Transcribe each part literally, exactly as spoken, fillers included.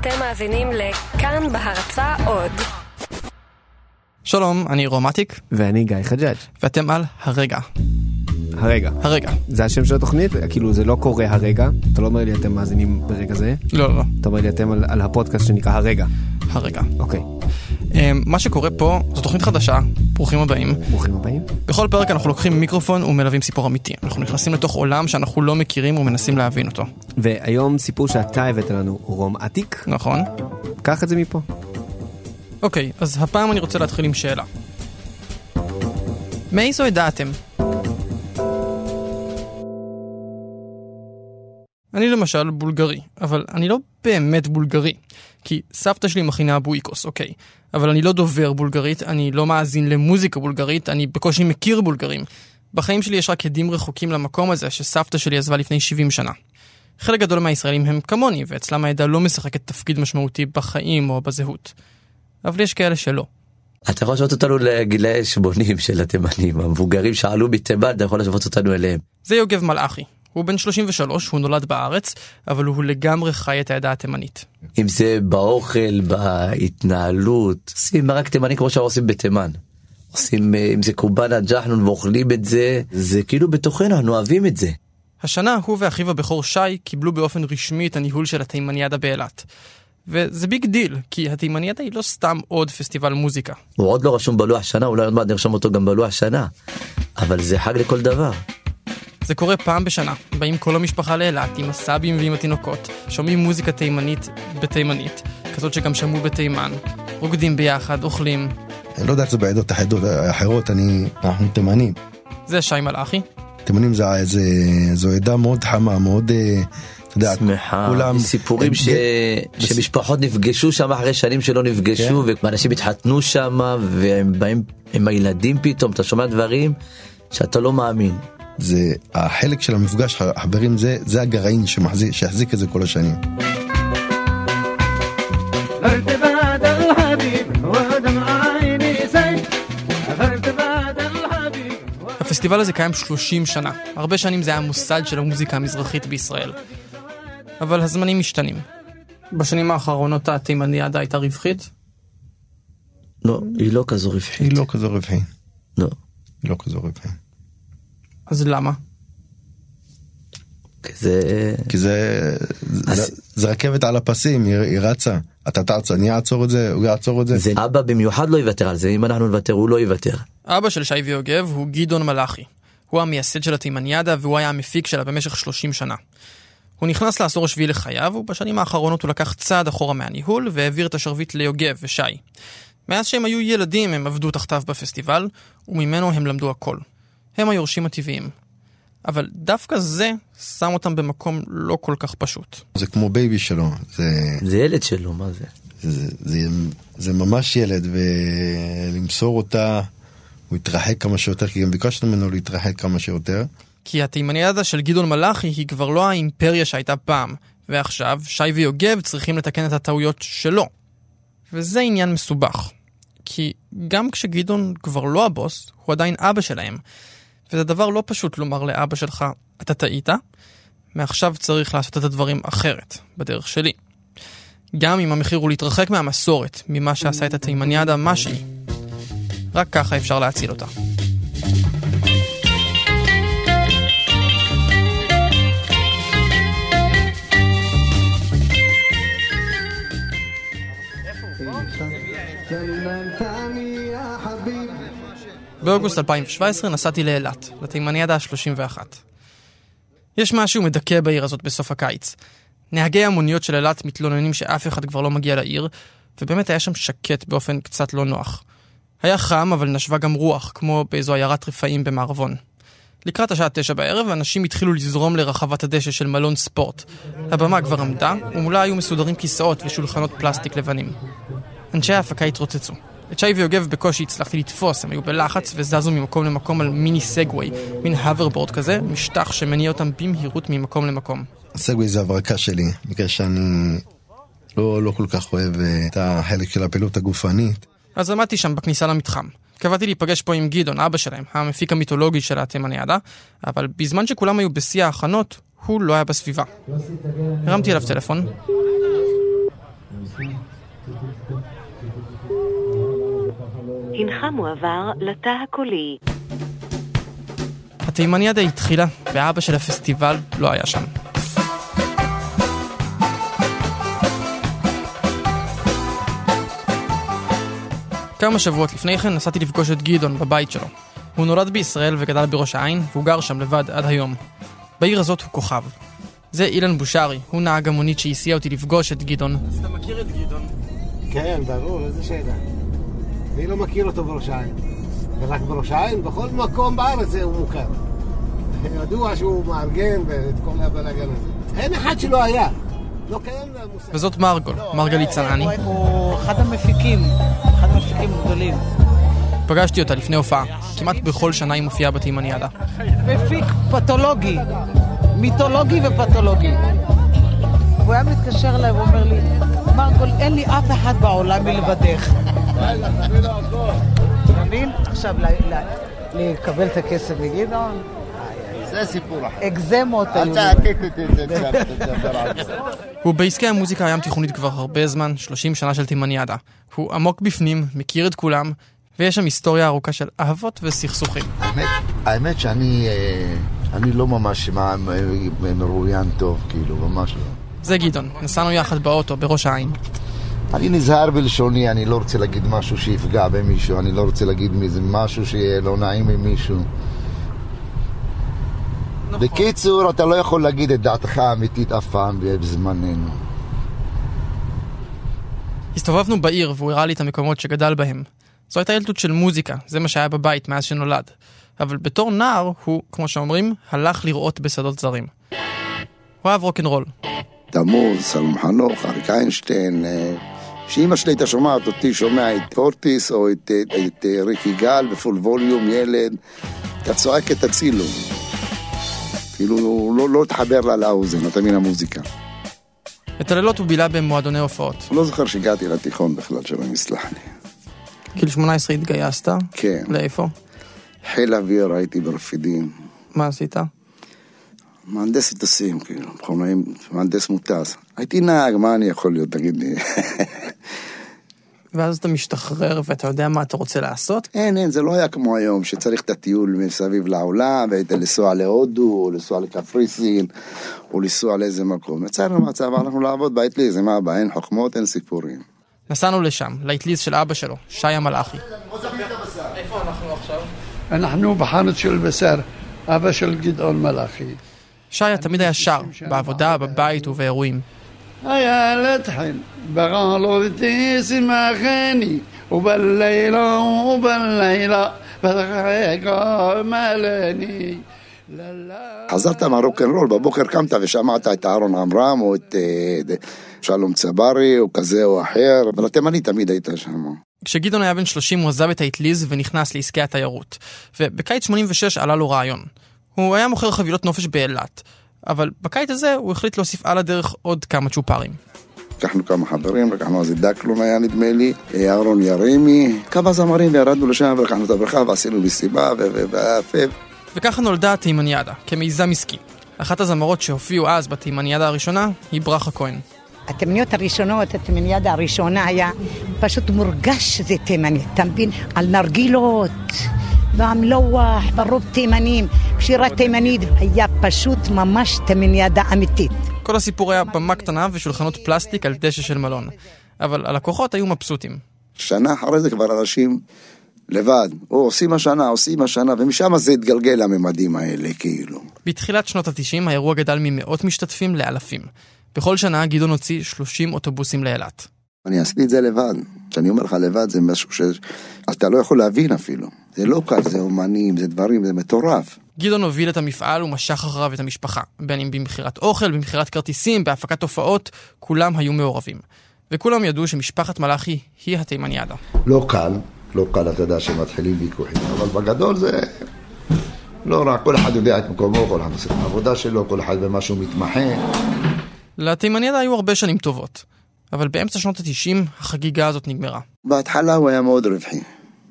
אתם מאזינים לכאן בהרצאה עוד. שלום, אני רומטיק. ואני גיא חג'אג'. ואתם על הרגע. הרגע. הרגע. זה השם של התוכנית? כאילו זה לא קורה הרגע. אתה לא אומר לי אתם מאזינים ברגע זה? לא, לא. אתה אומר לי אתם על, על הפודקאסט שנקרא הרגע. הרגע. אוקיי. מה שקורה פה זו תוכנית חדשה. ברוכים הבאים. ברוכים הבאים. בכל פרק אנחנו לוקחים מיקרופון ומלווים סיפור אמיתי. אנחנו נכנסים לתוך עולם שאנחנו לא מכירים ומנסים להבין אותו. והיום סיפור שאתה הבאת לנו, רומטיק. נכון. קח את זה מפה. אוקיי, אז הפעם אני רוצה להתחיל עם שאלה. מאיזו עדה אתם? אני למשל בולגרי, אבל אני לא באמת בולגרי, כי סבתא שלי מכינה בויקוס, אוקיי. אבל אני לא דובר בולגרית, אני לא מאזין למוזיקה בולגרית, אני בקושי מכיר בולגרים. בחיים שלי יש רק עדים רחוקים למקום הזה שסבתא שלי עזבה לפני שבעים שנה. חלק גדול מהישראלים הם כמוני, ואצלם העדה לא משחקת תפקיד משמעותי בחיים או בזהות. אבל יש כאלה שלא. אתה יכול לשבות אותנו לגילי שמונים של התימנים, המבוגרים שעלו מתימן, אתה יכול לשבות אותנו אליהם. זה יוגב מלאכי. הוא בן שלושים ושלוש, הוא נולד בארץ, אבל הוא לגמרי חי את העדה התימנית. אם זה באוכל, בהתנהלות, עושים מרק תימני כמו שעושים בתימן. עושים, אם זה קורבן הג'חנון ואוכלים את זה, זה כאילו בתוכנו, אנחנו אוהבים את זה. השנה הוא ואחיו הבכור שי קיבלו באופן רשמי את הניהול של התימניאדה באילת. וזה ביג דיל, כי התימניאדה היא לא סתם עוד פסטיבל מוזיקה. הוא עוד לא רשום בלוח שנה, אולי עוד מעט נרשום אותו גם בלוח שנה. אבל זה חג לכל דבר. זה קורה פעם בשנה. באים כל המשפחה לאילת עם הסבים ועם התינוקות, שומעים מוזיקה תימנית בתימנית, כזאת שגם שמעו בתימן, רוקדים ביחד, אוכלים. אני לא יודע איך זה בעדות אחרות, אני, אנחנו תימנים. זה שי מלאכי. תימנים זה, זה, זו עדה מאוד חמה, מאוד... שמחה, כולם... סיפורים ש... שמשפחות נפגשו שם אחרי שנים שלא נפגשו, כן. ואנשים התחתנו שם, והם באים עם הילדים פתאום, אתה שומע דברים שאתה לא מאמין. זה החלק של המפגש החברים, זה, זה הגרעין שמחזיק, שיחזיק את זה כל השנים. הפסטיבל הזה קיים שלושים שנה. הרבה שנים זה היה מוסד של המוזיקה המזרחית בישראל. אבל הזמנים משתנים. בשנים האחרונות התימניאדה הייתה רווחית? לא, היא לא כזו רווחית. היא לא כזו רווחית. לא. היא לא כזו רווחית. אז למה? כי זה... כי זה... זה רכבת על הפסים, היא רצה. אתה תעצור, אני אעצור את זה, הוא יעצור את זה. זה אבא במיוחד לא יוותר על זה, אם אנחנו נוותר, הוא לא יוותר. אבא של שי ויוגב הוא גדעון מלאכי. הוא המייסד של התימניאדה, והוא היה המפיק שלה במשך שלושים שנה. הוא נכנס לעשור השביעי לחייו, ובשנים האחרונות הוא לקח צעד אחורה מהניהול, והעביר את השרביט ליוגב ושי. מאז שהם היו ילדים, הם עבדו תחתיו בפסטיבל, וממנו הם למדו הכל. הם היורשים הטבעיים. אבל דווקא זה שם אותם במקום לא כל כך פשוט. זה כמו בייבי שלו. זה, זה ילד שלו, מה זה? זה, זה, זה ממש ילד, ולמסור אותה, הוא יתרחק כמה שיותר, כי גם ביקשנו ממנו להתרחק כמה שיותר. כי התימניאדה של גדעון מלאכי היא כבר לא האימפריה שהייתה פעם, ועכשיו שי ויוגב צריכים לתקן את הטעויות שלו. וזה עניין מסובך. כי גם כשגדעון כבר לא הבוס, הוא עדיין אבא שלהם. וזה דבר לא פשוט לומר לאבא שלך, אתה טעית, מעכשיו צריך לעשות את הדברים אחרת, בדרך שלי. גם אם המחיר הוא להתרחק מהמסורת, ממה שעשה את התימניאדה מה שהיא. רק ככה אפשר להציל אותה. באוגוסט אלפיים שבע עשרה נסעתי לאילת, לתימניאדה ה-שלושים ואחת. יש משהו מדכא בעיר הזאת בסוף הקיץ. נהגי המוניות של אילת מתלוננים שאף אחד כבר לא מגיע לעיר, ובאמת היה שם שקט באופן קצת לא נוח. היה חם, אבל נשבה גם רוח, כמו באיזו עיירת רפאים במערבון. לקראת השעה תשע בערב, אנשים התחילו לזרום לרחבת הדשא של מלון ספורט. הבמה כבר עמדה, ומולה היו מסודרים כיסאות ושולחנות פלסטיק לבנים. אנשי ההפקה התרוצצו. את שי ויוגב בקושי הצלחתי לתפוס, הם היו בלחץ וזזו ממקום למקום על מיני סגווי, מין הוברבורד כזה, משטח שמניע אותם במהירות ממקום למקום. הסגווי זה הברקה שלי, בגלל שאני לא, לא כל כך אוהב את החלק של הפעילות הגופנית. אז עמדתי שם בכניסה למתחם. קבעתי להיפגש פה עם גדעון, אבא שלהם, המפיק המיתולוגי של התימניאדה, אבל בזמן שכולם היו בשיא ההכנות, הוא לא היה בסביבה. הרמתי אליו טלפון. הנך מועבר לתא הקולי. התימניאדה התחילה, ואבא של הפסטיבל לא היה שם. כמה שבועות לפני כן נסעתי לפגוש את גדעון בבית שלו. הוא נולד בישראל וגדל בראש העין, והוא גר שם לבד עד היום. בעיר הזאת הוא כוכב. זה אילן בושרי, הוא נהג המונית שהסיע אותי לפגוש את גדעון. אז אתה מכיר את גדעון? כן, ברור, איזה שאלה. אני לא מכיר אותו בראש העין. ורק בראש העין, בכל מקום בארץ הוא מוכר. ידוע שהוא מארגן ואת כל הבלגן הזה. אין אחד שלא היה. לא קיים למושג. וזאת מרגול, מרגלית צנעני. הוא אחד המפיקים, אחד המפיקים גדולים. פגשתי אותה לפני הופעה. כמעט בכל שנה היא מופיעה בתימניאדה. מפיק פתולוגי, מיתולוגי ופתולוגי. הוא היה מתקשר אליי ואומר לי, מרגול, אין לי אף אחד בעולם מלבדך. אתה מבין? עכשיו, לקבל את הכסף מגדעון, זה סיפור אחר. אגזמות היו. הוא בעסקי המוזיקה הים תיכונית כבר הרבה זמן, שלושים שנה של תימניאדה. הוא עמוק בפנים, מכיר את כולם, ויש שם היסטוריה ארוכה של אהבות וסכסוכים. האמת שאני אני לא ממש מרואיין טוב, כאילו, ממש לא. זה גדעון, נסענו יחד באוטו בראש העין. אני נזהר בלשוני, אני לא רוצה להגיד משהו שיפגע במישהו, אני לא רוצה להגיד משהו שיהיה לא נעים ממישהו. בקיצור, אתה לא יכול להגיד את דעתך האמיתית אף פעם בזמננו. הסתובבנו בעיר והוא הראה לי את המקומות שגדל בהם. זו הייתה ילדות של מוזיקה, זה מה שהיה בבית מאז שנולד. אבל בתור נער הוא, כמו שאומרים, הלך לראות בשדות זרים. הוא אהב רוק'נ'רול. תמוז, סלום חנוך, אריק איינשטיין, שאמא שלי הייתה שומעת אותי, שומע את פורטיס או את, את, את ריק יגאל בפול ווליום, ילד, אתה צועק את הצילו. כאילו לא, לא תחבר לה לאוזן, אתה מבין המוזיקה. את הלילות הוא בילה במועדוני הופעות. לא זוכר שהגעתי לתיכון בכלל, שלא מסלח לי. גיל שמונה עשרה התגייסת? כן. לאיפה? חיל אוויר, הייתי ברפידים. מה עשית? מהנדס מטוסים, כאילו, מהנדס מוטס. הייתי נהג, מה אני יכול להיות, תגיד לי. ואז אתה משתחרר ואתה יודע מה אתה רוצה לעשות? אין, אין, זה לא היה כמו היום, שצריך את הטיול מסביב לעולם, ולנסוע להודו, או לנסוע לקפריסין, או לנסוע לאיזה מקום. יצאנו מצב, אנחנו לעבוד באטליז, מה הבא, אין חוכמות, אין סיפורים. נסענו לשם, לאטליז של אבא שלו, שי המלאכי. איפה אנחנו עכשיו? אנחנו בחנות של בשר, אבא של גדעון מלאכי. שי תמיד היה שר, בעבודה, בבית ובאירועים. היה לטחן, בגלו ותיסי מאחני, ובלילה ובלילה, ודחקה מלני. חזרת מהרוק'נ'רול, בבוקר קמת ושמעת את אהרון עמרם, או את שלום צברי, או כזה או אחר, אבל התימני תמיד היית שם. כשגדעון היה בן שלושים הוא עזב את האטליז ונכנס לעסקי התיירות, ובקיץ שמונים ושש עלה לו רעיון. הוא היה מוכר חבילות נופש באילת, אבל בקיץ הזה הוא החליט להוסיף על הדרך עוד כמה צ'ופרים. לקחנו כמה חברים, לקחנו אז דקלון היה נדמה לי, אהרון ירימי, כמה זמרים וירדנו לשם ולקחנו את הברכה ועשינו מסיבה ובאפה. וככה נולדה התימניאדה, כמיזם עסקי. אחת הזמרות שהופיעו אז בתימניאדה הראשונה היא ברכה כהן. התימניות הראשונות, התימניאדה הראשונה היה פשוט מורגש שזה תימני, אתה מבין? על נרגילות, והמלוח, ברוב תימנים, שירה תימנית, היה פשוט ממש תימניאדה אמיתית. כל הסיפור היה במה קטנה ושולחנות פלסטיק על דשא של מלון, אבל הלקוחות היו מבסוטים. שנה אחרי זה כבר אנשים לבד, או עושים השנה, עושים השנה, ומשם זה התגלגל לממדים האלה, כאילו. בתחילת שנות התשעים האירוע גדל ממאות משתתפים לאלפים. בכל שנה גדעון הוציא שלושים אוטובוסים לאילת. אני עשיתי את זה לבד. כשאני אומר לך לבד זה משהו שאתה לא יכול להבין אפילו. זה לא קל, זה אומנים, זה דברים, זה מטורף. גדעון הוביל את המפעל ומשך אחריו את המשפחה. בין אם במחירת אוכל, במחירת כרטיסים, בהפקת הופעות, כולם היו מעורבים. וכולם ידעו שמשפחת מלאכי היא התימניאדה. לא קל, לא קל, אתה יודע שמתחילים ויכוחים, אבל בגדול זה לא רע, כל אחד יודע את מקומו, כל אחד עושה את העבודה שלו, כל אחד במשהו מתמחה. לתימניאדה היו הרבה שנים טובות, אבל באמצע שנות ה-תשעים החגיגה הזאת נגמרה. בהתחלה הוא היה מאוד רווחי.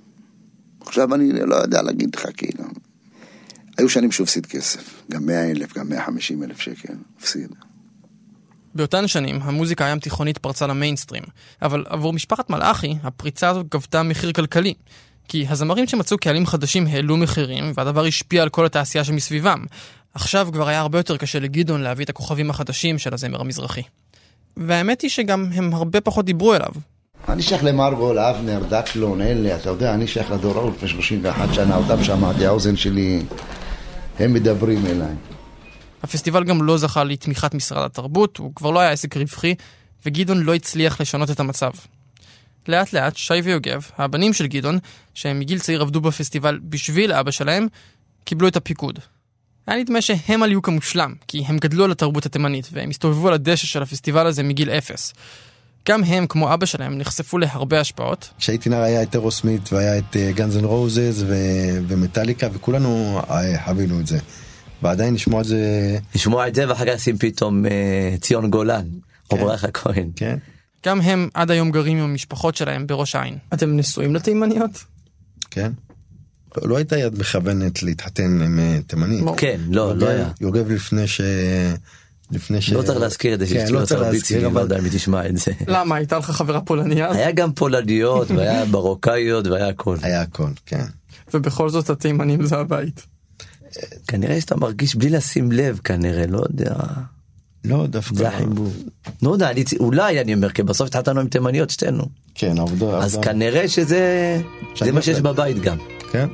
עכשיו אני לא יודע להגיד לך כאילו. היו שנים שהופסיד כסף, גם מאה אלף, גם מאה וחמישים אלף שקל, הופסיד. באותן שנים המוזיקה הים תיכונית פרצה למיינסטרים, אבל עבור משפחת מלאכי הפריצה הזו גבתה מחיר כלכלי, כי הזמרים שמצאו קהלים חדשים העלו מחירים, והדבר השפיע על כל התעשייה שמסביבם. עכשיו כבר היה הרבה יותר קשה לגדעון להביא את הכוכבים החדשים של הזמר המזרחי. והאמת היא שגם הם הרבה פחות דיברו אליו. אני שייך למרגול, אבנר, דקלון, אלה, אתה יודע, אני שייך לדור ההוא לפני שלושים ואחת שנה, אותם שמעתי, האוזן שלי, הם מדברים אליי. הפסטיבל גם לא זכה לתמיכת משרד התרבות, הוא כבר לא היה עסק רווחי, וגדעון לא הצליח לשנות את המצב. לאט לאט שי ויוגב, הבנים של גדעון, שהם מגיל צעיר עבדו בפסטיבל בשביל אבא שלהם, קיבלו את הפיקוד. היה נדמה שהם הליהוק המושלם, כי הם גדלו על התרבות התימנית, והם הסתובבו על הדשא של הפסטיבל הזה מגיל אפס. גם הם, כמו אבא שלהם, נחשפו להרבה השפעות. כשהייתי נער היה את אירוסמית, והיה את גאנז אנד רוזס ומטליקה, וכולנו חווינו את זה. ועדיין לשמוע את זה... לשמוע את זה, ואחר כך עושים פתאום ציון גולן, או ברוך הכהן. כן. גם הם עד היום גרים עם המשפחות שלהם בראש העין. אתם נשואים לתימניות? כן. לא הייתה יד מכוונת להתחתן עם תימנית. כן, לא, לא היה. יוגב לפני ש... לפני ש... לא צריך להזכיר את זה, שיש לא צריך להזכיר, לא יודע אם תשמע את זה. למה? הייתה לך חברה פולניה? היה גם פולניות, והיה ברוקאיות, והיה הכל. היה הכל, כן. ובכל זאת התימנים זה הבית. כנראה שאתה מרגיש בלי לשים לב, כנראה, לא יודע. לא, דווקא. לא יודע, אולי אני אומר, כי בסוף התחתנו עם תימניות שתינו. כן, עבודה. אז כנראה שזה, זה מה שיש בבית גם. כן.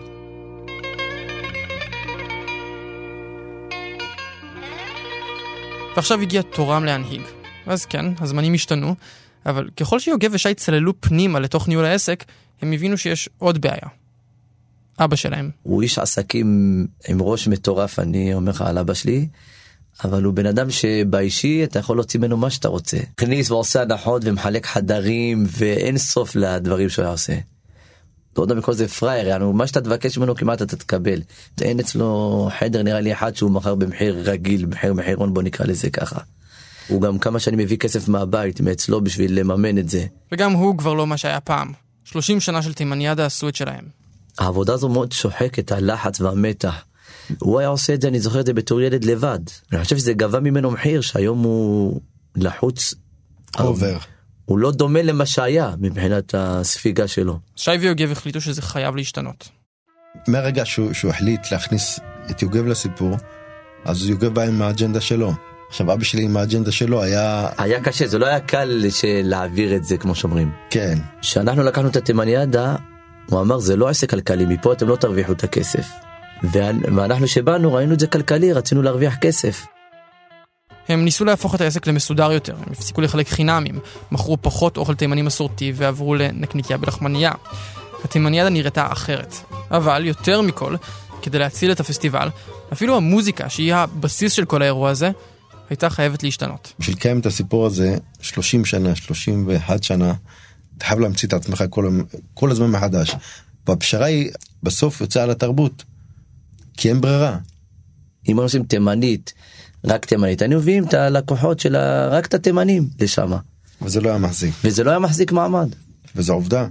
ועכשיו הגיע תורם להנהיג. אז כן, הזמנים השתנו, אבל ככל שיוגב ושי צללו פנימה לתוך ניהול העסק, הם הבינו שיש עוד בעיה. אבא שלהם. הוא איש עסקים עם ראש מטורף, אני אומר לך על אבא שלי, אבל הוא בן אדם שבאישי אתה יכול להוציא ממנו מה שאתה רוצה. כניס ועושה הנחות ומחלק חדרים, ואין סוף לדברים שהוא עושה. לא יודע מכל זה פרייר, yani, מה שאתה תבקש ממנו כמעט אתה תקבל. אין אצלו חדר נראה לי אחד שהוא מחר במחיר רגיל, במחיר מחירון, בוא נקרא לזה ככה. הוא גם כמה שאני מביא כסף מהבית, מאצלו בשביל לממן את זה. וגם הוא כבר לא מה שהיה פעם. שלושים שנה של תימניאדה עשו את שלהם. העבודה הזו מאוד שוחקת, הלחץ והמתח. הוא היה עושה את זה, אני זוכר את זה בתור ילד לבד. אני חושב שזה גבה ממנו מחיר, שהיום הוא לחוץ. עובר. הוא לא דומה למה שהיה מבחינת הספיגה שלו. שי ויוגב החליטו שזה חייב להשתנות. מהרגע שהוא, שהוא החליט להכניס את יוגב לסיפור, אז יוגב בא עם האג'נדה שלו. עכשיו אבא שלי עם האג'נדה שלו היה... היה קשה, זה לא היה קל להעביר את זה כמו שאומרים. כן. כשאנחנו לקחנו את התימניאדה, הוא אמר זה לא עסק כלכלי, מפה אתם לא תרוויחו את הכסף. ואנחנו שבאנו ראינו את זה כלכלי, רצינו להרוויח כסף. הם ניסו להפוך את העסק למסודר יותר, הם הפסיקו לחלק חינמים, מכרו פחות אוכל תימני מסורתי ועברו לנקניקיה בלחמניה. התימניאדה נראתה אחרת. אבל יותר מכל, כדי להציל את הפסטיבל, אפילו המוזיקה, שהיא הבסיס של כל האירוע הזה, הייתה חייבת להשתנות. בשביל לקיים את הסיפור הזה, שלושים שנה, שלושים ואחת שנה, אתה חייב להמציא את עצמך כל, כל הזמן מחדש. והפשרה היא, בסוף יוצאה על התרבות. כי אין ברירה. אם עושים תימנית, רק תימנית, אני מביאים את הלקוחות של רק את התימנים לשם. וזה לא היה מחזיק. וזה לא היה מחזיק מעמד. וזו עובדה.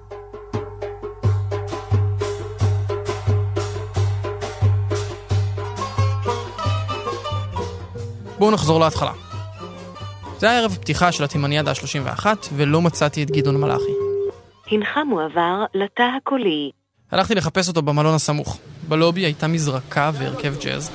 בואו נחזור להתחלה. זה היה ערב פתיחה של התימניאדה ה-שלושים ואחת, ולא מצאתי את גדעון מלאכי. הנך מועבר לתא הקולי. הלכתי לחפש אותו במלון הסמוך. בלובי הייתה מזרקה והרכב ג'אז.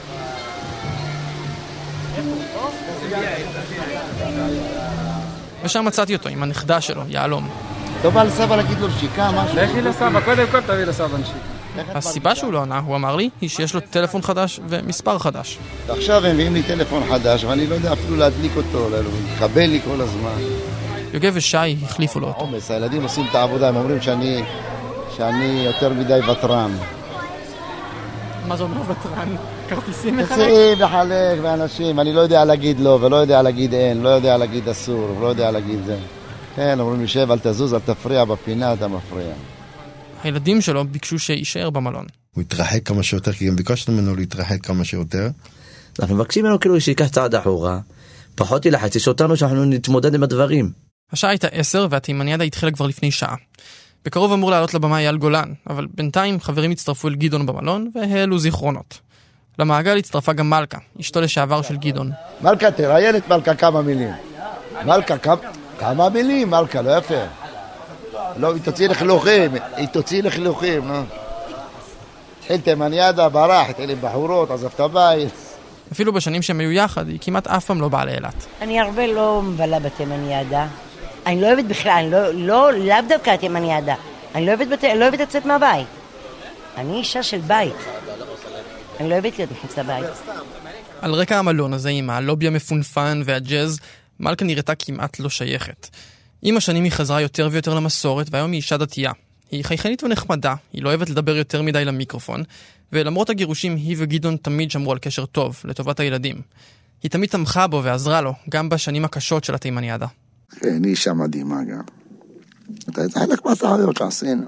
ושם מצאתי אותו עם הנכדה שלו, יעלום. לא בא לסבא להגיד לו שיקה, משהו? לכי לסבא, קודם כל תביא לסבא נשיקה. הסיבה שהוא לא ענה, הוא אמר לי, היא שיש לו טלפון חדש ומספר חדש. עכשיו הם מביאים לי טלפון חדש, ואני לא יודע אפילו להדליק אותו, לקבל לי כל הזמן. יוגב ושי החליפו לו אותו. עומס, הילדים עושים את העבודה, הם אומרים שאני, שאני יותר מדי וטרן. מה זה אומר וטרן? כרטיסים מחלק? כרטיסים מחלק באנשים, אני לא יודע להגיד לא, ולא יודע להגיד אין, לא יודע להגיד אסור, ולא יודע להגיד זה. כן, אומרים, ישב, אל תזוז, אל תפריע בפינה, אתה מפריע. הילדים שלו ביקשו שישאר במלון. הוא התרחק כמה שיותר, כי גם ביקשנו ממנו להתרחק כמה שיותר. אנחנו מבקשים ממנו כאילו שיקח צעד אחורה, פחות ילחץ, יש אותנו שאנחנו נתמודד עם הדברים. השעה הייתה עשר והתימניאדה התחילה כבר לפני שעה. בקרוב אמור לעלות לבמה אייל גולן, אבל בינתיים חברים הצטרפו אל גדעון במלון והעלו זיכרונות. למעגל הצטרפה גם מלכה, אשתו לשעבר של גדעון. מלכה, תראיין את מלכה כמה מילים. מלכה, כמה, כמה מילים, מלכה, לא יפה. לא, היא תוציא לחלוכים, היא תוציא לחלוכים, נו. התחיל תימניאדה, ברח, התחיל עם בחורות, עזב את הבית. אפילו בשנים שהם היו יחד, היא כמעט אף פעם לא באה לאילת. אני הרבה לא מבלה בתימניאדה. אני לא אוהבת בכלל, אני לא, לא, לאו דווקא תימניאדה. אני לא אוהבת, בת... לא אוהבת לצאת מהבית. אני אישה של בית. אני לא אוהבת להיות מחוץ לבית. על רקע המלון הזה עם הלובי המפונפן והג'אז, מלכה נראתה כמעט לא שייכת. עם השנים היא חזרה יותר ויותר למסורת, והיום היא אישה דתייה. היא חייכנית ונחמדה, היא לא אוהבת לדבר יותר מדי למיקרופון, ולמרות הגירושים היא וגדעון תמיד שמרו על קשר טוב, לטובת הילדים. היא תמיד תמכה בו ועזרה לו, גם בשנים הקשות של התימניאדה. כן, היא אישה מדהימה גם. אתה יודע, חלק מהטעויות שעשינו.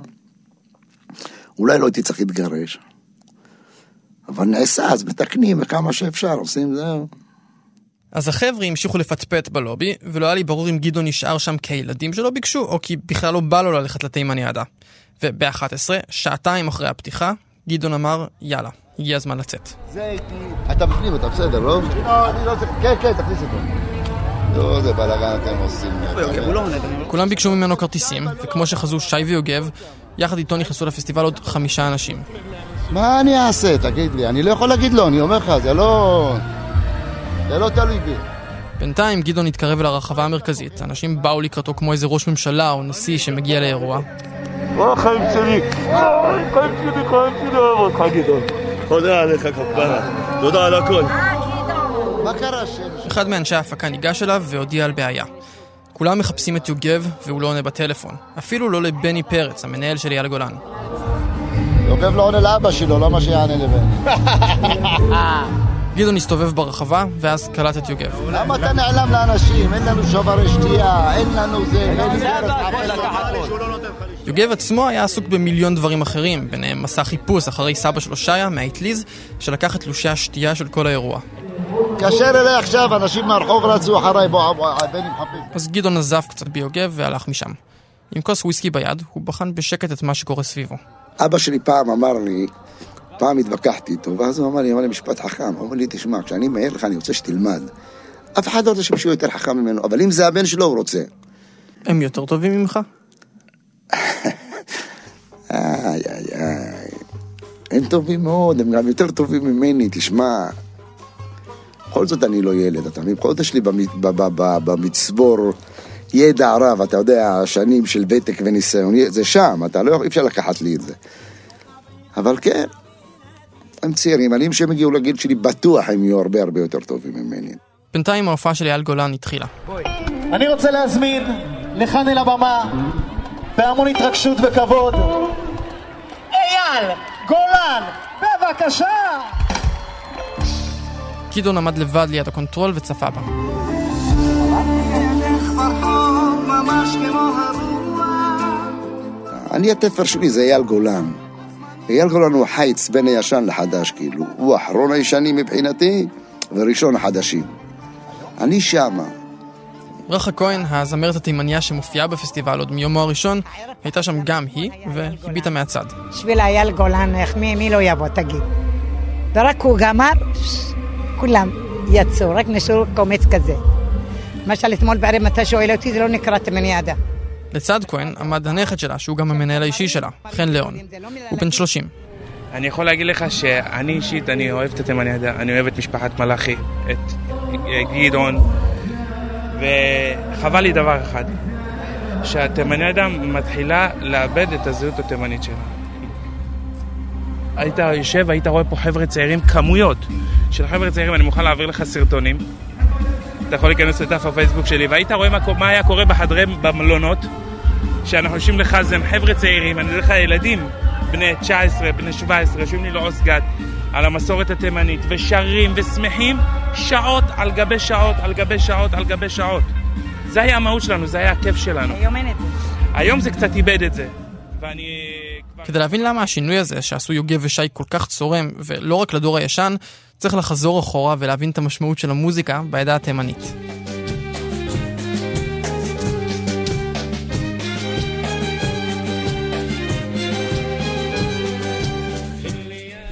אולי לא הייתי צריך להתגרש. אבל נעשה, אז מתקנים וכמה שאפשר, עושים זהו. אז החבר'ה המשיכו לפטפט בלובי, ולא היה לי ברור אם גדעון נשאר שם כילדים שלא ביקשו, או כי בכלל לא בא לו ללכת לתימניאדה. וב-אחת עשרה, שעתיים אחרי הפתיחה, גדעון אמר, יאללה, הגיע הזמן לצאת. זה איתי. אתה בפנים, אתה בסדר, לא? אני לא צריך, כן, כן, תכניס אותו. לא, זה בלגן אתם עושים. כולם ביקשו ממנו כרטיסים, וכמו שחזו שי ויוגב, יחד איתו נכנסו לפסטיבל עוד חמישה אנשים. מה אני אעשה? תגיד לי, אני לא יכול להגיד לו, אני אומר לך, זה לא... זה לא תלוי בי. בינתיים גדעון התקרב אל הרחבה המרכזית. אנשים באו לקראתו כמו איזה ראש ממשלה או נשיא שמגיע לאירוע. או חיים שלי, חיים שלי, חיים שלי, אוהב אותך גדעון. תודה עליך כפרה, תודה על הכל. מה קרה שם? אחד מאנשי ההפקה ניגש אליו והודיע על בעיה. כולם מחפשים את יוגב והוא לא עונה בטלפון. אפילו לא לבני פרץ, המנהל של אייל גולן. יוגב לא עונה לאבא שלו, לא מה שיענה לבני. גדעון הסתובב ברחבה, ואז קלט את יוגב. למה אתה נעלם לאנשים? אין לנו שוברי שתייה, אין לנו זה, יוגב עצמו היה עסוק במיליון דברים אחרים, ביניהם מסע חיפוש אחרי סבא שלו שיה, מהאטליז, שלקח את תלושי השתייה של כל האירוע. קשר אליי עכשיו, אנשים מהרחוב רצו אחריי, בוא, בני מחפש. אז גדעון נזף קצת ביוגב והלך משם. עם כוס וויסקי ביד, הוא בחן בשקט את מה שקורה סביבו. אבא שלי פעם אמר לי, פעם התווכחתי איתו, ואז הוא אמר לי, אמר לי משפט חכם, הוא אומר לי, תשמע, כשאני מהר לך, אני רוצה שתלמד. אף אחד לא רוצה שמישהו יותר חכם ממנו, אבל אם זה הבן שלו, הוא רוצה. הם יותר טובים ממך? איי, איי, איי. הם טובים מאוד, הם גם יותר טובים ממני, תשמע. בכל זאת אני לא ילד, אתה מבין? בכל זאת יש לי במצבור ידע רב, אתה יודע, שנים של ותק וניסיון, זה שם, אתה לא אפשר לקחת לי את זה. אבל כן, הם צעירים, אני שהם הגיעו לגיל שלי, בטוח הם יהיו הרבה הרבה יותר טובים ממני. בינתיים ההופעה של אייל גולן התחילה. אני רוצה להזמין לכאן אל הבמה, בהמון התרגשות וכבוד, אייל גולן, בבקשה! גדעון עמד לבד ליד הקונטרול וצפה בה. אני התפר שלי זה אייל גולן. אייל גולן הוא חיץ בין הישן לחדש, כאילו. הוא אחרון הישנים מבחינתי, וראשון החדשים. אני שמה. ברכה כהן, הזמרת התימניה שמופיעה בפסטיבל עוד מיומו הראשון, הייתה שם גם היא, והביטה מהצד. בשביל אייל גולן, מי, מי לא יבוא, תגיד. ורק הוא גמר, כולם יצאו, רק נשארו קומץ כזה. למשל, אתמול בערב אתה שואל אותי, זה לא נקרא תימניאדה. לצד כהן עמד הנכד שלה, שהוא גם המנהל האישי שלה, חן ליאון. הוא בן שלושים. אני יכול להגיד לך שאני אישית, אני אוהב את התימניאדה, אני אוהב את משפחת מלאכי, את גדעון, וחבל לי דבר אחד, שהתימניאדה מתחילה לאבד את הזהות התימנית שלה. היית יושב, היית רואה פה חבר'ה צעירים, כמויות של חבר'ה צעירים, אני מוכן להעביר לך סרטונים, אתה יכול להיכנס לדף הפייסבוק שלי, והיית רואה מה, מה היה קורה בחדרי במלונות, שאנחנו יושבים לחזם, חבר'ה צעירים, אני יודע לך ילדים, בני תשע עשרה, בני שבע עשרה, יושבים לי לאוסגת, על המסורת התימנית, ושרים ושמחים, שעות על גבי שעות, על גבי שעות, על גבי שעות. זה היה המהות שלנו, זה היה הכיף שלנו. היום אין את זה. היום זה קצת איבד את זה. ואני... כדי להבין למה השינוי הזה שעשו יוגב ושי כל כך צורם, ולא רק לדור הישן, צריך לחזור אחורה ולהבין את המשמעות של המוזיקה בעדה התימנית.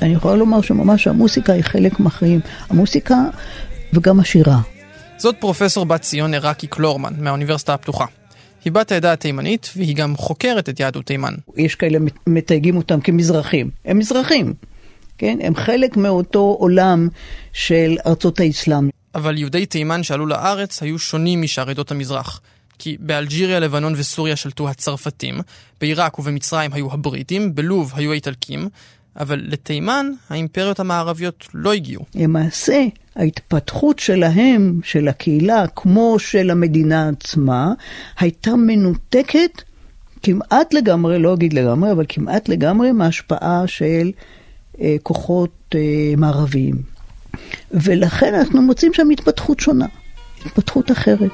אני יכולה לומר שממש המוסיקה היא חלק מהחיים. המוסיקה וגם השירה. זאת פרופסור בת ציון עיראקי קלורמן מהאוניברסיטה הפתוחה. היא בת העדה התימנית והיא גם חוקרת את יהדות תימן. יש כאלה מתייגים אותם כמזרחים. הם מזרחים, כן? הם חלק מאותו עולם של ארצות האסלאם. אבל יהודי תימן שעלו לארץ היו שונים משאר עדות המזרח. כי באלג'יריה, לבנון וסוריה שלטו הצרפתים, בעיראק ובמצרים היו הבריטים, בלוב היו האיטלקים, אבל לתימן האימפריות המערביות לא הגיעו. למעשה, ההתפתחות שלהם, של הקהילה, כמו של המדינה עצמה, הייתה מנותקת כמעט לגמרי, לא אגיד לגמרי, אבל כמעט לגמרי מההשפעה של אה, כוחות אה, מערביים. ולכן אנחנו מוצאים שם התפתחות שונה, התפתחות אחרת.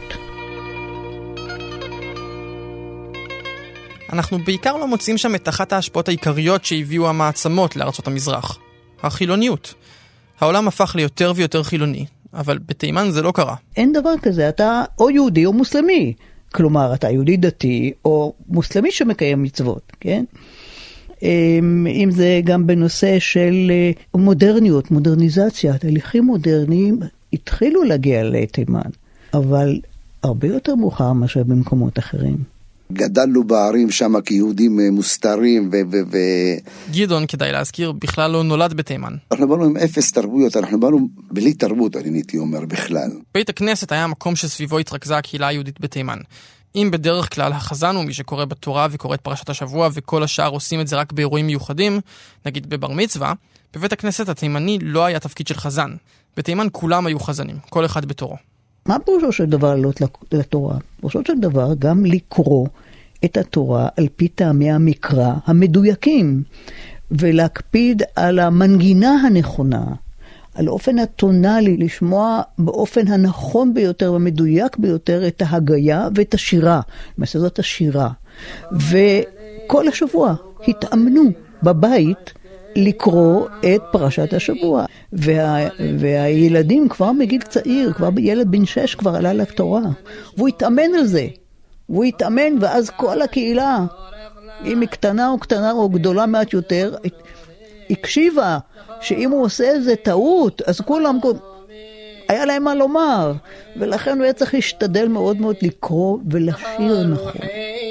אנחנו בעיקר לא מוצאים שם את אחת ההשפעות העיקריות שהביאו המעצמות לארצות המזרח. החילוניות. העולם הפך ליותר ויותר חילוני, אבל בתימן זה לא קרה. אין דבר כזה, אתה או יהודי או מוסלמי. כלומר, אתה יהודי דתי או מוסלמי שמקיים מצוות, כן? אם זה גם בנושא של מודרניות, מודרניזציה, תהליכים מודרניים התחילו להגיע לתימן, אבל הרבה יותר מאוחר מאשר במקומות אחרים. גדלנו בערים שם כיהודים מוסתרים ו... ו, ו... גדעון, כדאי להזכיר, בכלל לא נולד בתימן. אנחנו באנו עם אפס תרבויות, אנחנו באנו בלי תרבות, אני הייתי אומר, בכלל. בית הכנסת היה המקום שסביבו התרכזה הקהילה היהודית בתימן. אם בדרך כלל החזן הוא מי שקורא בתורה וקורא את פרשת השבוע וכל השאר עושים את זה רק באירועים מיוחדים, נגיד בבר מצווה, בבית הכנסת התימני לא היה תפקיד של חזן. בתימן כולם היו חזנים, כל אחד בתורו. מה פירושו של דבר לעלות לתורה? פירושו של דבר גם לקרוא את התורה על פי טעמי המקרא המדויקים, ולהקפיד על המנגינה הנכונה, על אופן הטונלי, לשמוע באופן הנכון ביותר ומדויק ביותר את ההגיה ואת השירה. למעשה זאת השירה. וכל השבוע התאמנו בבית לקרוא את פרשת השבוע. וה, והילדים כבר מגיל צעיר, כבר ילד בן שש כבר עלה לתורה. והוא התאמן על זה. והוא התאמן, ואז כל הקהילה, אם היא קטנה או קטנה או גדולה מעט יותר, הקשיבה שאם הוא עושה איזה טעות, אז כולם, היה להם מה לומר. ולכן הוא היה צריך להשתדל מאוד מאוד לקרוא ולשיר נכון.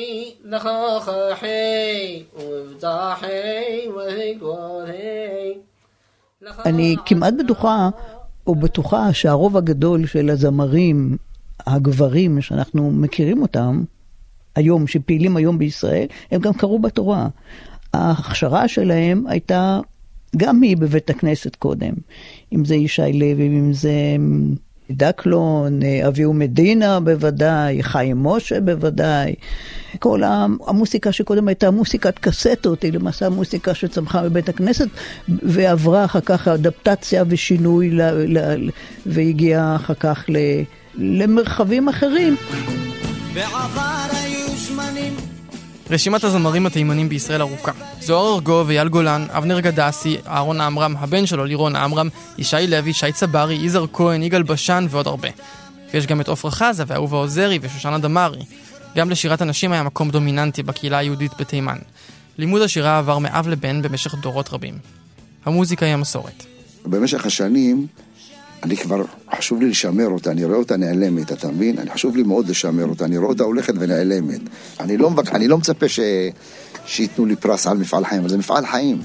אני כמעט בטוחה, או בטוחה שהרוב הגדול של הזמרים, הגברים שאנחנו מכירים אותם, היום, שפעילים היום בישראל, הם גם קראו בתורה. ההכשרה שלהם הייתה גם היא בבית הכנסת קודם. אם זה ישי לוי, אם זה דקלון, אביהו מדינה בוודאי, חיים משה בוודאי. כל המוסיקה שקודם הייתה מוסיקת קסטות, היא למעשה המוסיקה שצמחה בבית הכנסת, ועברה אחר כך אדפטציה ושינוי, ל, ל, והגיעה אחר כך ל, למרחבים אחרים. בעבר היו זמנים. רשימת הזמרים התימנים בישראל ארוכה. זוהר ארגוב ואייל גולן, אבנר גדסי, אהרון עמרם, הבן שלו לירון עמרם, ישי לוי, שי צברי, יזהר כהן, יגאל בשן ועוד הרבה. ויש גם את עופרה חזה ואהובה עוזרי ושושנה דמארי. גם לשירת הנשים היה מקום דומיננטי בקהילה היהודית בתימן. לימוד השירה עבר מאב לבן במשך דורות רבים. המוזיקה היא המסורת. במשך השנים אני כבר, חשוב לי לשמר אותה, אני רואה אותה נעלמת, אתה מבין? אני חשוב לי מאוד לשמר אותה, אני רואה אותה הולכת ונעלמת. אני לא, אני לא מצפה ש... שיתנו לי פרס על מפעל חיים, אבל זה מפעל חיים.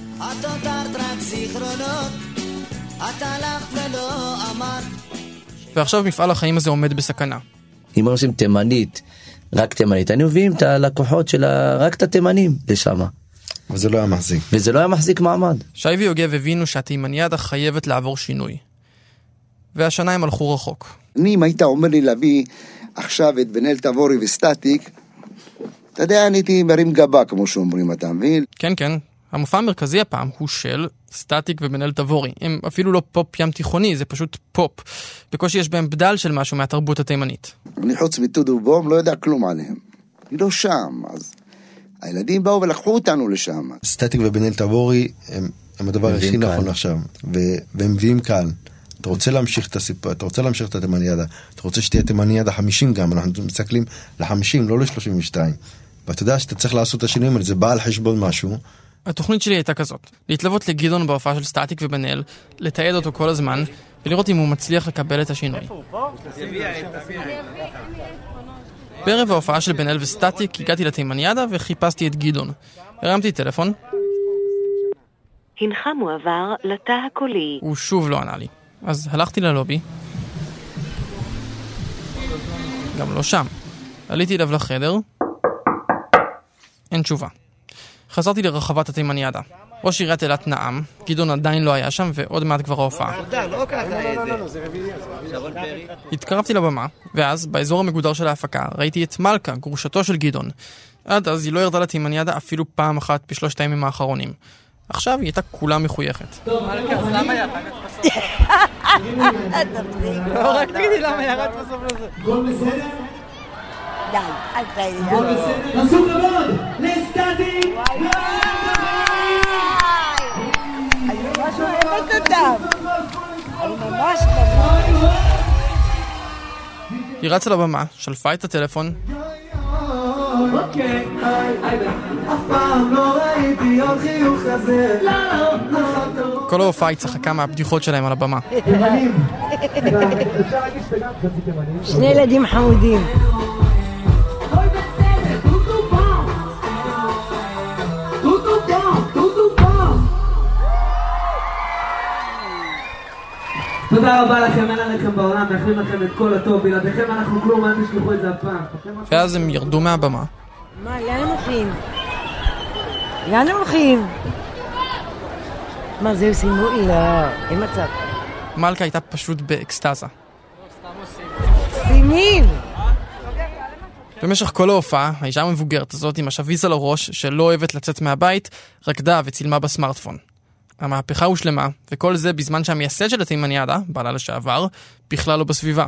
ועכשיו מפעל החיים הזה עומד בסכנה. אם עושים תימנית, רק תימנית, אני מביאים את הלקוחות של רק את התימנים לשם. וזה לא היה מחזיק. וזה לא היה מחזיק מעמד. שי ויוגב הבינו שהתימניאדה חייבת לעבור שינוי. והשנה הם הלכו רחוק. אני, אם היית אומר לי להביא עכשיו את בן אל תבורי וסטטיק, אתה יודע, אני הייתי מרים גבה, כמו שאומרים, אתה מבין? כן, כן. המופע המרכזי הפעם הוא של סטטיק ובן אל תבורי. הם אפילו לא פופ ים תיכוני, זה פשוט פופ. בקושי יש בהם בדל של משהו מהתרבות התימנית. אני חוץ מטודו בום, לא יודע כלום עליהם. אני לא שם, אז הילדים באו ולקחו אותנו לשם. סטטיק ובן אל תבורי הם, הם הדבר הכי נכון עכשיו, ו- והם מביאים קהל. אתה רוצה להמשיך את הסיפור, אתה רוצה להמשיך את התימניאדה, אתה רוצה שתהיה תימניאדה חמישים גם, אנחנו מסתכלים ל-חמישים, לא ל-שלושים ושתיים. ואתה יודע שאתה צריך לעשות את השינויים האלה, זה בא על חשבון משהו, התוכנית שלי הייתה כזאת, להתלוות לגדעון בהופעה של סטטיק ובן אל, לתעד אותו כל הזמן, ולראות אם הוא מצליח לקבל את השינוי. בערב ההופעה של בן אל וסטטיק, הגעתי לתימניאדה וחיפשתי את גדעון. הרמתי טלפון. הנך מועבר לתא הקולי. הוא שוב לא ענה לי. אז הלכתי ללובי. גם לא שם. עליתי אליו לחדר. אין תשובה. חזרתי לרחבת התימניאדה. ראש עיריית אילת נעם, גדעון עדיין לא היה שם ועוד מעט כבר ההופעה. התקרבתי לבמה, ואז באזור המגודר של ההפקה ראיתי את מלכה, גרושתו של גדעון. עד אז היא לא ירדה לתימניאדה אפילו פעם אחת בשלושת הימים האחרונים. עכשיו היא הייתה כולה מחויכת. טוב, מלכה, אז למה ירדת בסוף לזה? לא, רק תגידי למה ירדת בסוף לזה. גול בסדר? די, אל תגיד. גול בסדר? נסו כבוד! לסטטיק! אני ממש אוהבת אותם. אני ממש ממש. היא רצה לבמה, שלפה את הטלפון. אוקיי, אף פעם לא ראיתי עוד חיוך כזה. כל ההופעה היא צחקה מהבדיחות שלהם על הבמה. שני ילדים חמודים. תודה רבה לכם, אין עליכם בעולם, מאחלים לכם את כל הטוב, בלעדיכם אנחנו כלום, אל תשכחו את זה הפעם. ואז הם ירדו מהבמה. מה, לאן הם הולכים? לאן הם הולכים? מה, זה סיימו? לא, אין מצב. מלכה הייתה פשוט באקסטאזה. סיימים! במשך כל ההופעה, האישה המבוגרת הזאת עם השביס על הראש שלא אוהבת לצאת מהבית, רקדה וצילמה בסמארטפון. המהפכה הושלמה, וכל זה בזמן שהמייסד של התימניאדה, בעלה לשעבר, בכלל לא בסביבה.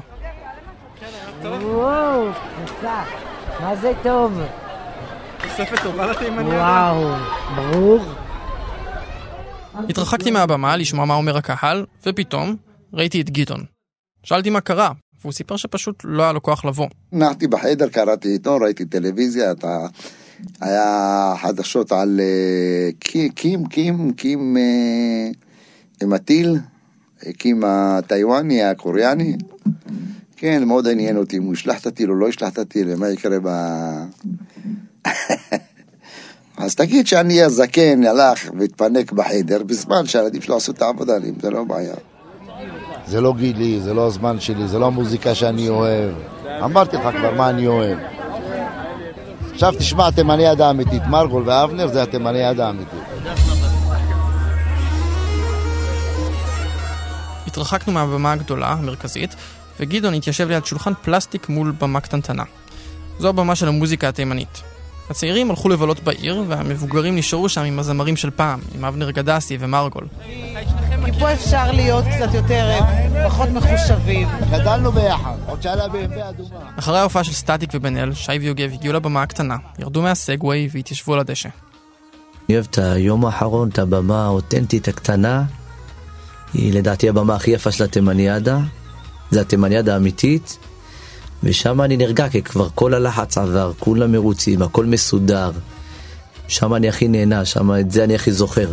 וואו, נצא. מה זה טוב? תוספת טובה לתימניאדה. וואו, ברור. התרחקתי מהבמה לשמוע מה אומר הקהל, ופתאום ראיתי את גדעון. שאלתי מה קרה, והוא סיפר שפשוט לא היה לו כוח לבוא. נחתי בחדר, קראתי עיתון, ראיתי טלוויזיה, אתה... היה חדשות על קים, קים, קים עם הטיל, קים הטיואני, הקוריאני. כן, מאוד עניין אותי, אם הוא ישלח את הטיל או לא ישלח את הטיל, מה יקרה ב... אז תגיד שאני הזקן הלך והתפנק בחדר, בזמן שהילדים שלו עשו את העבודה לי, זה לא בעיה. זה לא גילי, זה לא הזמן שלי, זה לא המוזיקה שאני אוהב. אמרתי לך כבר מה אני אוהב. עכשיו תשמע התימניאדה האמיתית, מרגול ואבנר זה התימניאדה האמיתית. התרחקנו מהבמה הגדולה, המרכזית, וגדעון התיישב ליד שולחן פלסטיק מול במה קטנטנה. זו הבמה של המוזיקה התימנית. הצעירים הלכו לבלות בעיר, והמבוגרים נשארו שם עם הזמרים של פעם, עם אבנר גדסי ומרגול. כי פה אפשר להיות קצת יותר, פחות מחושבים. גדלנו ביחד, עוד שאלה בעמבי אדומה. אחרי ההופעה של סטטיק ובן אל, שי ויוגב הגיעו לבמה הקטנה, ירדו מהסגווי והתיישבו על הדשא. אני אוהב את היום האחרון, את הבמה האותנטית הקטנה, היא לדעתי הבמה הכי יפה של התימניאדה, זה התימניאדה האמיתית, ושם אני נרגע, כי כבר כל הלחץ עבר, כולם מרוצים, הכל מסודר, שם אני הכי נהנה, שם את זה אני הכי זוכר.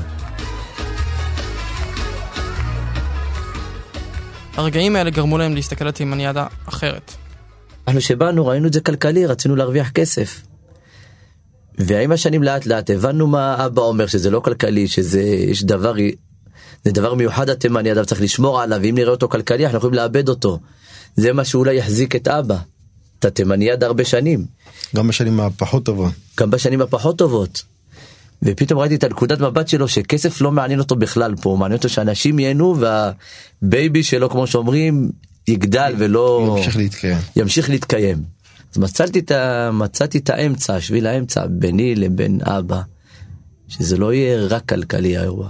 הרגעים האלה גרמו להם להסתכל על תימניאדה אחרת. אנחנו שבאנו, ראינו את זה כלכלי, רצינו להרוויח כסף. ועם השנים לאט לאט הבנו מה אבא אומר, שזה לא כלכלי, שזה יש דבר, זה דבר מיוחד התימניאדה, צריך לשמור עליו, ואם נראה אותו כלכלי, אנחנו יכולים לאבד אותו. זה מה שאולי יחזיק את אבא, את התימניאדה הרבה שנים. גם בשנים הפחות טובות. גם בשנים הפחות טובות. ופתאום ראיתי את הנקודת מבט שלו שכסף לא מעניין אותו בכלל פה, מעניין אותו שאנשים ייהנו והבייבי שלו כמו שאומרים יגדל ולא ימשיך להתקיים. ימשיך להתקיים. אז מצאתי את, מצאתי את האמצע, שביל האמצע ביני לבין אבא, שזה לא יהיה רק כלכלי האירוע.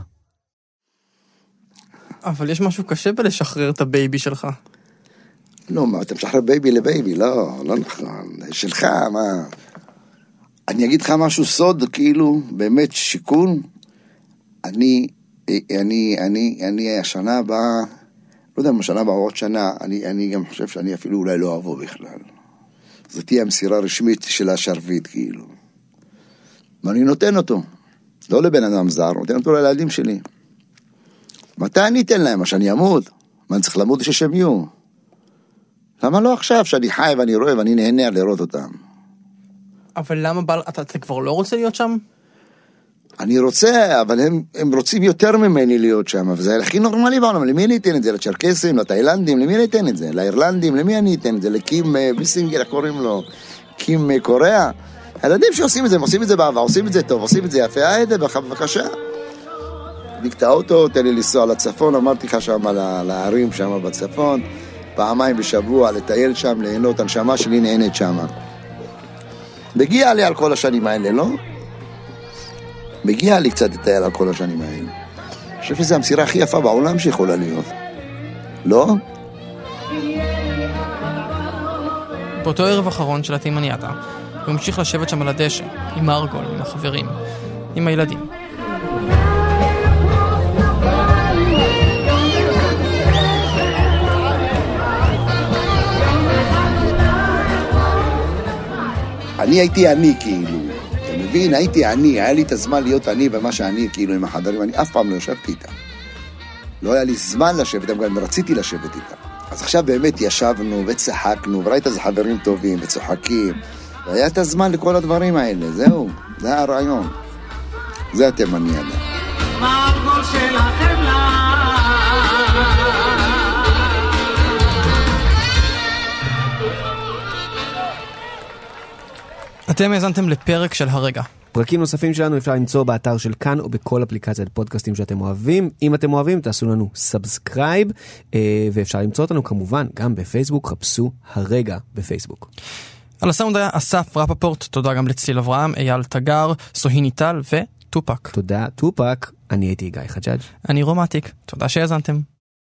אבל יש משהו קשה בלשחרר את הבייבי שלך. לא, מה, אתה משחרר בייבי לבייבי, לא, לא נכון, שלך, מה... אני אגיד לך משהו סוד, כאילו, באמת שיקון, אני, אני, אני, אני, השנה הבאה, לא יודע אם השנה הבאה עוד שנה, אני, אני גם חושב שאני אפילו אולי לא אבוא בכלל. זאת תהיה המסירה רשמית של השרביט, כאילו. ואני נותן אותו. לא לבן אדם זר, נותן אותו לילדים שלי. מתי אני אתן להם? מה שאני אמות? מה אני צריך למות בשביל שהם יהיו? למה לא עכשיו שאני חי ואני רואה ואני נהנה לראות אותם? אבל למה בל... אתה, אתה כבר לא רוצה להיות שם? אני רוצה, אבל הם, הם רוצים יותר ממני להיות שם, וזה הכי נורמלי בעולם. למי אני אתן את זה? לצ'רקסים, לתאילנדים, למי אני אתן את זה? לאירלנדים, למי אני אתן את זה? לקים ביסינגר, קוראים לו, קים קוריאה. הילדים שעושים את זה, הם עושים את זה בעבר, עושים את זה טוב, עושים את זה יפה, היידה, בבקשה. נקטע אוטו, תן לי לנסוע לצפון, אמרתי לך שם לערים שם בצפון, פעמיים בשבוע, לטייל שם, ליהנות, הנשמה שלי נהנית שם. מגיע לי על כל השנים האלה, לא? מגיע לי קצת לטייל על כל השנים האלה. אני חושב שזו המסירה הכי יפה בעולם שיכולה להיות. לא? באותו ערב אחרון של התימניאדה, הוא המשיך לשבת שם על הדשא, עם ארגול, עם החברים, עם הילדים. אני הייתי אני כאילו, אתה מבין? הייתי אני, היה לי את הזמן להיות אני במה שאני כאילו עם החדרים, אני אף פעם לא ישבתי איתם. לא היה לי זמן לשבת איתם, גם רציתי לשבת איתם. אז עכשיו באמת ישבנו וצחקנו, וראית איזה חברים טובים וצוחקים, והיה את הזמן לכל הדברים האלה, זהו, זה הרעיון. זה התימניאדה. מה הגול של החמלה? אתם האזנתם לפרק של הרגע. פרקים נוספים שלנו אפשר למצוא באתר של כאן או בכל אפליקציית פודקאסטים שאתם אוהבים. אם אתם אוהבים, תעשו לנו סאבסקרייב, ואפשר למצוא אותנו כמובן גם בפייסבוק, חפשו הרגע בפייסבוק. על הסאונד היה אסף רפפורט, תודה גם לצליל אברהם, אייל תגר, סוהיני טל וטופק. תודה טופק, אני הייתי גיא חג'אג'. אני רומטיק, תודה שהאזנתם.